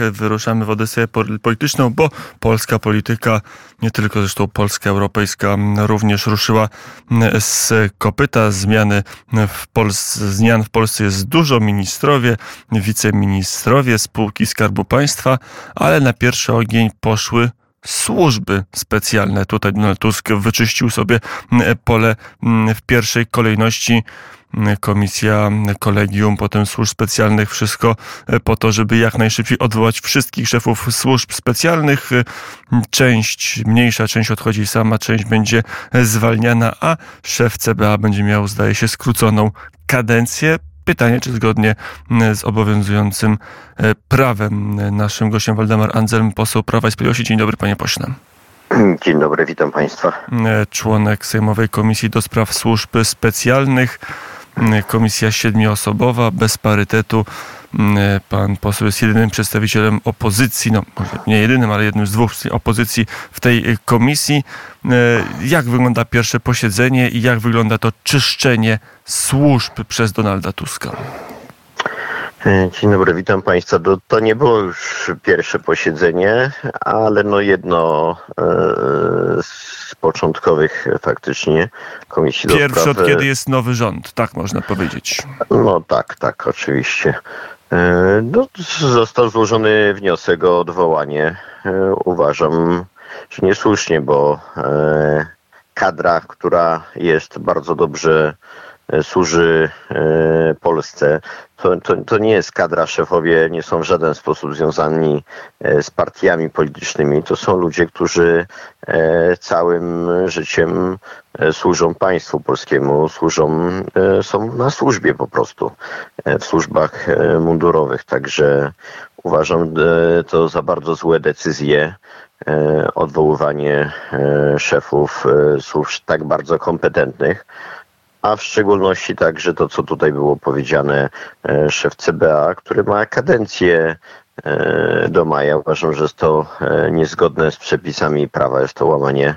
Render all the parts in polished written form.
Wyruszamy w Odyseję polityczną, bo polska polityka, nie tylko zresztą polska, europejska, również ruszyła z kopyta. Zmian w Polsce jest dużo. Ministrowie, wiceministrowie, spółki Skarbu Państwa, ale na pierwszy ogień poszły służby specjalne. Tutaj Donald Tusk wyczyścił sobie pole w pierwszej kolejności. Komisja, kolegium, potem służb specjalnych, wszystko po to, żeby jak najszybciej odwołać wszystkich szefów służb specjalnych. Mniejsza część odchodzi sama, część będzie zwalniana, a szef CBA będzie miał, zdaje się, skróconą kadencję. Pytanie, czy zgodnie z obowiązującym prawem. Naszym gościem Waldemar Andzel, poseł Prawa i Sprawiedliwości. Dzień dobry, panie pośle. Dzień dobry, witam państwa. Członek Sejmowej Komisji do Spraw Służb Specjalnych. Komisja 7-osobowa, bez parytetu. Pan poseł jest jedynym przedstawicielem opozycji, no może nie jedynym, ale jednym z dwóch opozycji w tej komisji. Jak wygląda pierwsze posiedzenie i jak wygląda to czyszczenie służb przez Donalda Tuska? Dzień dobry, witam państwa. To nie było już pierwsze posiedzenie, ale jedno z początkowych faktycznie komisji do spraw... Pierwszy od kiedy jest nowy rząd, tak można powiedzieć. No tak, oczywiście. Został złożony wniosek o odwołanie. Uważam, że niesłusznie, bo kadra, która jest bardzo dobrze służy Polsce. To nie jest kadra, szefowie nie są w żaden sposób związani z partiami politycznymi. To są ludzie, którzy całym życiem służą państwu polskiemu, są na służbie po prostu, w służbach mundurowych. Także uważam to za bardzo złe decyzje, odwoływanie szefów służb tak bardzo kompetentnych. A w szczególności także to, co tutaj było powiedziane, szef CBA, który ma kadencję do maja. Uważam, że jest to niezgodne z przepisami prawa. Jest to łamanie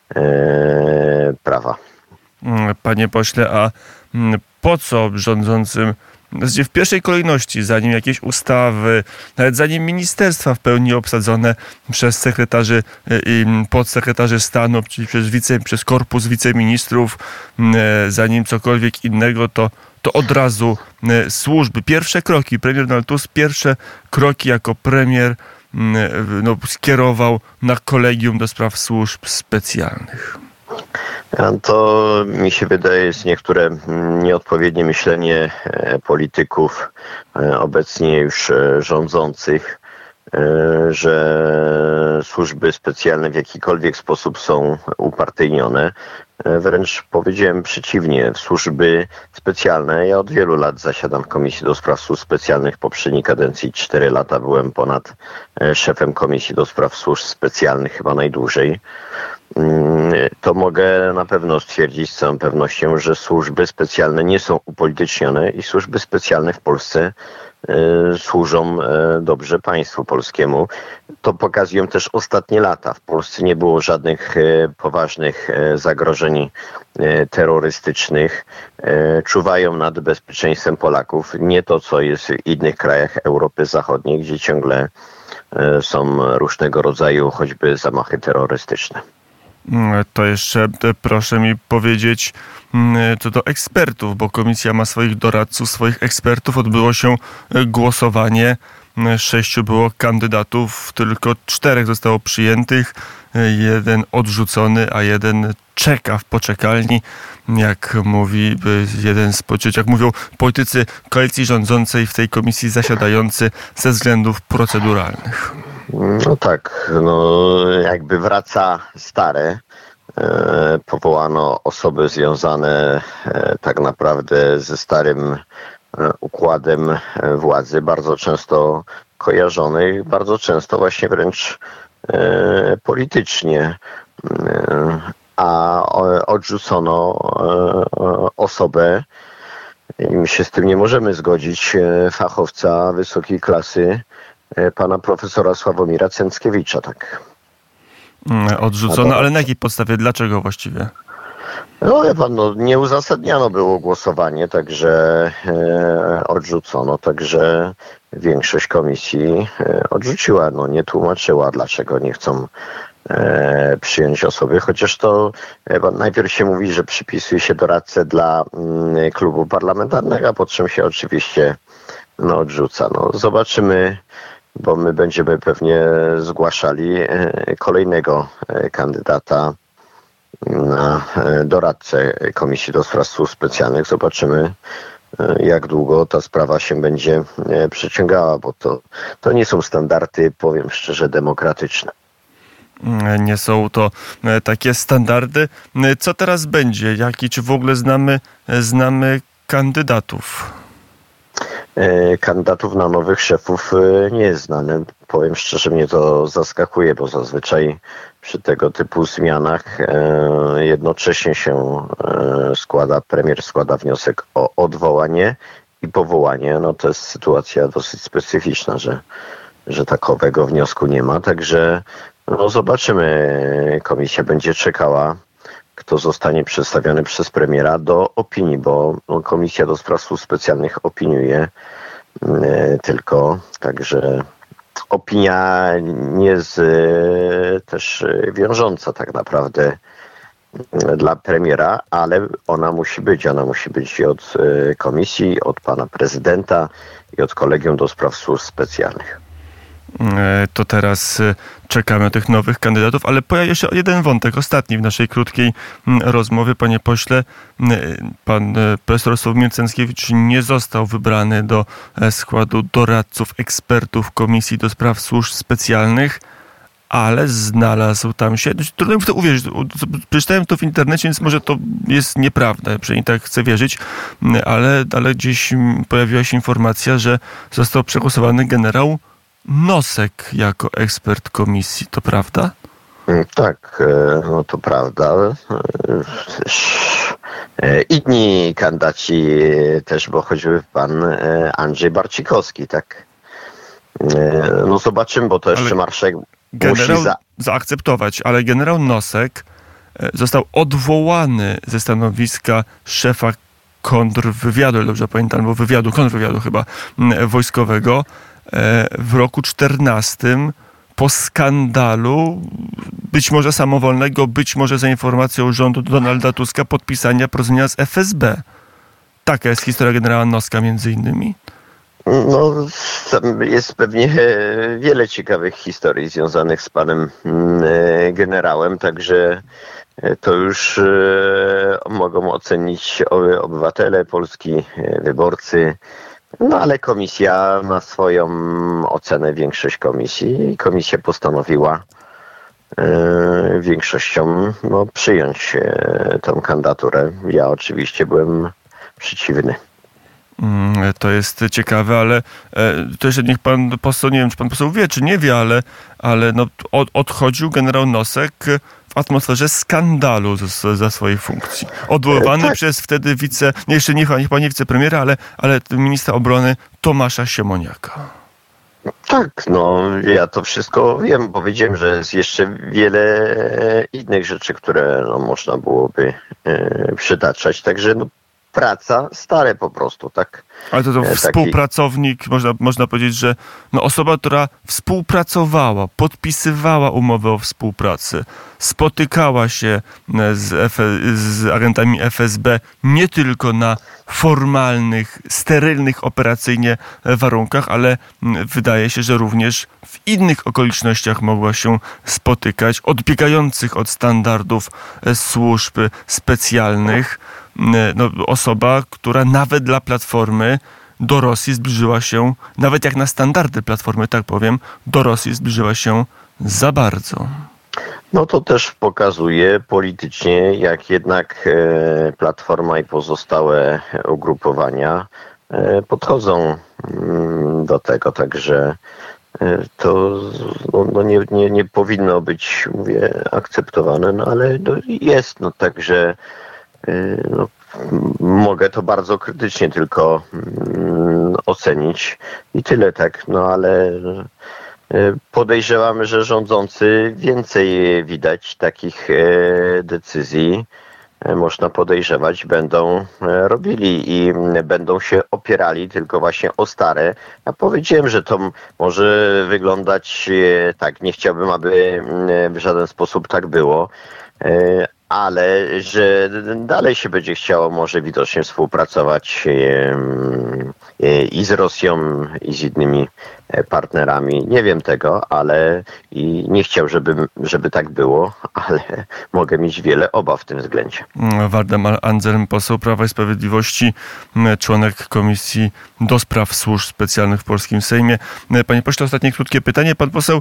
prawa. Panie pośle, a po co rządzącym w pierwszej kolejności, zanim jakieś ustawy, nawet zanim ministerstwa w pełni obsadzone przez sekretarzy i podsekretarzy stanu, czyli przez korpus wiceministrów, zanim cokolwiek innego, to od razu służby. Pierwsze kroki, premier Donald Tusk, pierwsze kroki jako premier skierował na kolegium do spraw służb specjalnych. To mi się wydaje jest niektóre nieodpowiednie myślenie polityków obecnie już rządzących, że służby specjalne w jakikolwiek sposób są upartyjnione. Wręcz powiedziałem przeciwnie, służby specjalne. Ja od wielu lat zasiadam w Komisji do Spraw Służb Specjalnych. W poprzedniej kadencji 4 lata byłem ponad szefem Komisji do Spraw Służb Specjalnych, chyba najdłużej. To mogę na pewno stwierdzić z całą pewnością, że służby specjalne nie są upolitycznione i służby specjalne w Polsce służą dobrze państwu polskiemu. To pokazują też ostatnie lata. W Polsce nie było żadnych poważnych zagrożeń terrorystycznych. Czuwają nad bezpieczeństwem Polaków. Nie to, co jest w innych krajach Europy Zachodniej, gdzie ciągle są różnego rodzaju choćby zamachy terrorystyczne. To jeszcze proszę mi powiedzieć co do ekspertów, bo komisja ma swoich doradców, swoich ekspertów. Odbyło się głosowanie. 6 było kandydatów, tylko 4 zostało przyjętych. 1 odrzucony, a 1 czeka w poczekalni. Jak mówią politycy koalicji rządzącej w tej komisji zasiadający ze względów proceduralnych. No tak, jakby wraca stare. Powołano osoby związane tak naprawdę ze starym układem władzy, bardzo często kojarzonych, bardzo często właśnie wręcz politycznie. A odrzucono osobę, i my się z tym nie możemy zgodzić, fachowca wysokiej klasy, pana profesora Sławomira Cęckiewicza, tak. Odrzucono, ale na jakiej podstawie? Dlaczego właściwie? Wie pan, nie uzasadniano było głosowanie, także odrzucono. Także większość komisji odrzuciła. No nie tłumaczyła, dlaczego nie chcą przyjąć osoby, chociaż to najpierw się mówi, że przypisuje się doradcę dla klubu parlamentarnego, a po czym się oczywiście odrzuca. Zobaczymy, bo my będziemy pewnie zgłaszali kolejnego kandydata na doradcę Komisji do Spraw Służb Specjalnych. Zobaczymy, jak długo ta sprawa się będzie przeciągała, bo to nie są standardy, powiem szczerze, demokratyczne. Nie są to takie standardy. Co teraz będzie? Czy w ogóle znamy kandydatów? Kandydatów na nowych szefów nie jest znany. Powiem szczerze, mnie to zaskakuje, bo zazwyczaj przy tego typu zmianach jednocześnie się premier składa wniosek o odwołanie i powołanie. To jest sytuacja dosyć specyficzna, że takowego wniosku nie ma. Także zobaczymy. Komisja będzie czekała, kto zostanie przedstawiony przez premiera do opinii, bo Komisja do Spraw Służb Specjalnych opiniuje tylko, także opinia nie jest też wiążąca tak naprawdę dla premiera, ale ona musi być i od komisji, od pana prezydenta i od Kolegium do Spraw Służb Specjalnych. To teraz czekamy na tych nowych kandydatów, ale pojawia się jeden wątek, ostatni w naszej krótkiej rozmowie. Panie pośle, pan profesor Sławomir Cęckiewicz nie został wybrany do składu doradców, ekspertów Komisji do Spraw Służb Specjalnych, ale znalazł tam się. Trudno mi w to uwierzyć. Przeczytałem to w internecie, więc może to jest nieprawda. Przynajmniej tak chcę wierzyć, ale gdzieś pojawiła się informacja, że został przegłosowany generał Nosek jako ekspert komisji. To prawda? Tak, to prawda. Inni kandydaci też, bo choćby pan Andrzej Barcikowski, tak? Zobaczymy, bo to jeszcze marszałek musi zaakceptować, ale generał Nosek został odwołany ze stanowiska szefa kontrwywiadu, dobrze pamiętam, albo kontrwywiadu chyba wojskowego w roku 2014 po skandalu, być może samowolnego, być może za informacją rządu Donalda Tuska, podpisania porozumienia z FSB. Taka jest historia generała Noska między innymi. Tam jest pewnie wiele ciekawych historii związanych z panem generałem, także to już mogą ocenić obywatele, polski wyborcy. Ale komisja ma swoją ocenę, większość komisji. Komisja postanowiła większością przyjąć tę kandydaturę. Ja oczywiście byłem przeciwny. To jest ciekawe, ale to jeszcze niech pan poseł, nie wiem, czy pan poseł wie, czy nie wie, ale odchodził generał Nosek w atmosferze skandalu za swojej funkcji. Odwoływany przez wtedy jeszcze nie wicepremiera, ale ministra obrony Tomasza Siemoniaka. Tak, ja to wszystko wiem. Powiedziałem, że jest jeszcze wiele innych rzeczy, które można byłoby przytaczać. Także praca stale po prostu, tak? Ale to współpracownik, można powiedzieć, że osoba, która współpracowała, podpisywała umowę o współpracy, spotykała się z agentami FSB nie tylko na formalnych, sterylnych operacyjnie warunkach, ale wydaje się, że również w innych okolicznościach mogła się spotykać, odbiegających od standardów służb specjalnych. Osoba, która nawet dla Platformy do Rosji zbliżyła się, nawet jak na standardy Platformy, tak powiem, do Rosji zbliżyła się za bardzo. To też pokazuje politycznie, jak jednak Platforma i pozostałe ugrupowania podchodzą do tego, także to nie powinno być, mówię, akceptowane, ale jest, także mogę to bardzo krytycznie tylko ocenić i tyle, tak, ale podejrzewamy, że rządzący więcej widać takich decyzji można podejrzewać, będą robili i będą się opierali tylko właśnie o stare. Ja powiedziałem, że to może wyglądać tak, nie chciałbym, aby w żaden sposób tak było, ale że dalej się będzie chciało może widocznie współpracować i z Rosją, i z innymi partnerami. Nie wiem tego, ale i nie chciał, żeby tak było, ale mogę mieć wiele obaw w tym względzie. Waldemar Andzel, poseł Prawa i Sprawiedliwości, członek Komisji do Spraw Służb Specjalnych w polskim Sejmie. Panie pośle, ostatnie krótkie pytanie. Pan poseł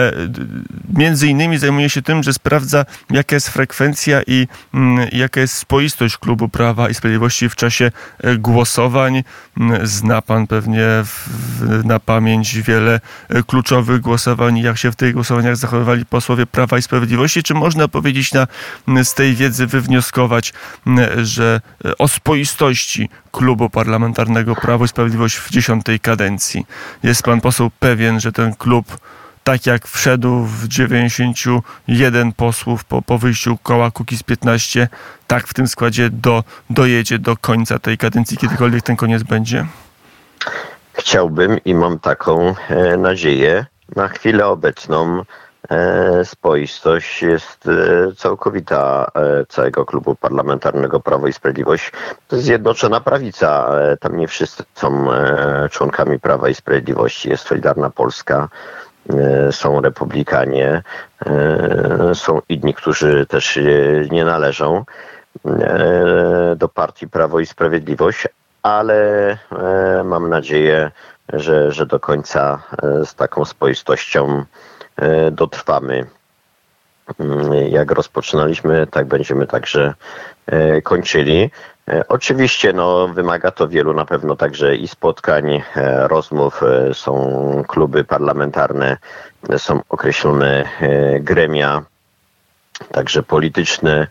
między innymi zajmuje się tym, że sprawdza, jaka jest frekwencja i jaka jest spoistość klubu Prawa i Sprawiedliwości w czasie głosowań. Zna pan pewnie na pamięć wiele kluczowych głosowań, jak się w tych głosowaniach zachowywali posłowie Prawa i Sprawiedliwości. Czy można powiedzieć z tej wiedzy wywnioskować, że o spoistości klubu parlamentarnego Prawo i Sprawiedliwość w 10. kadencji jest pan poseł pewien, że ten klub, tak jak wszedł w 91 posłów po wyjściu koła Kukiz15, tak w tym składzie dojedzie do końca tej kadencji, kiedykolwiek ten koniec będzie? Chciałbym i mam taką nadzieję. Na chwilę obecną spoistość jest całkowita całego klubu parlamentarnego Prawo i Sprawiedliwość. To jest Zjednoczona Prawica. Tam nie wszyscy są członkami Prawa i Sprawiedliwości. Jest Solidarna Polska, są Republikanie, są inni, którzy też nie należą do partii Prawo i Sprawiedliwość, ale mam nadzieję, że do końca z taką spoistością dotrwamy. Jak rozpoczynaliśmy, tak będziemy także kończyli. Oczywiście wymaga to wielu na pewno także i spotkań, rozmów. Są kluby parlamentarne, są określone gremia, także polityczne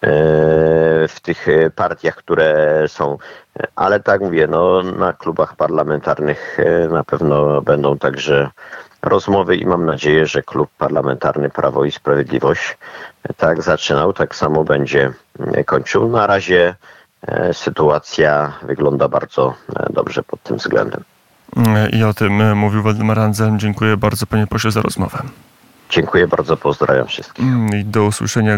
w tych partiach, które są. Ale tak mówię, na klubach parlamentarnych na pewno będą także rozmowy i mam nadzieję, że klub parlamentarny Prawo i Sprawiedliwość tak zaczynał, tak samo będzie kończył. Na razie sytuacja wygląda bardzo dobrze pod tym względem. I o tym mówił Waldemar Andzel. Dziękuję bardzo, panie pośle, za rozmowę. Dziękuję bardzo, pozdrawiam wszystkich. I do usłyszenia.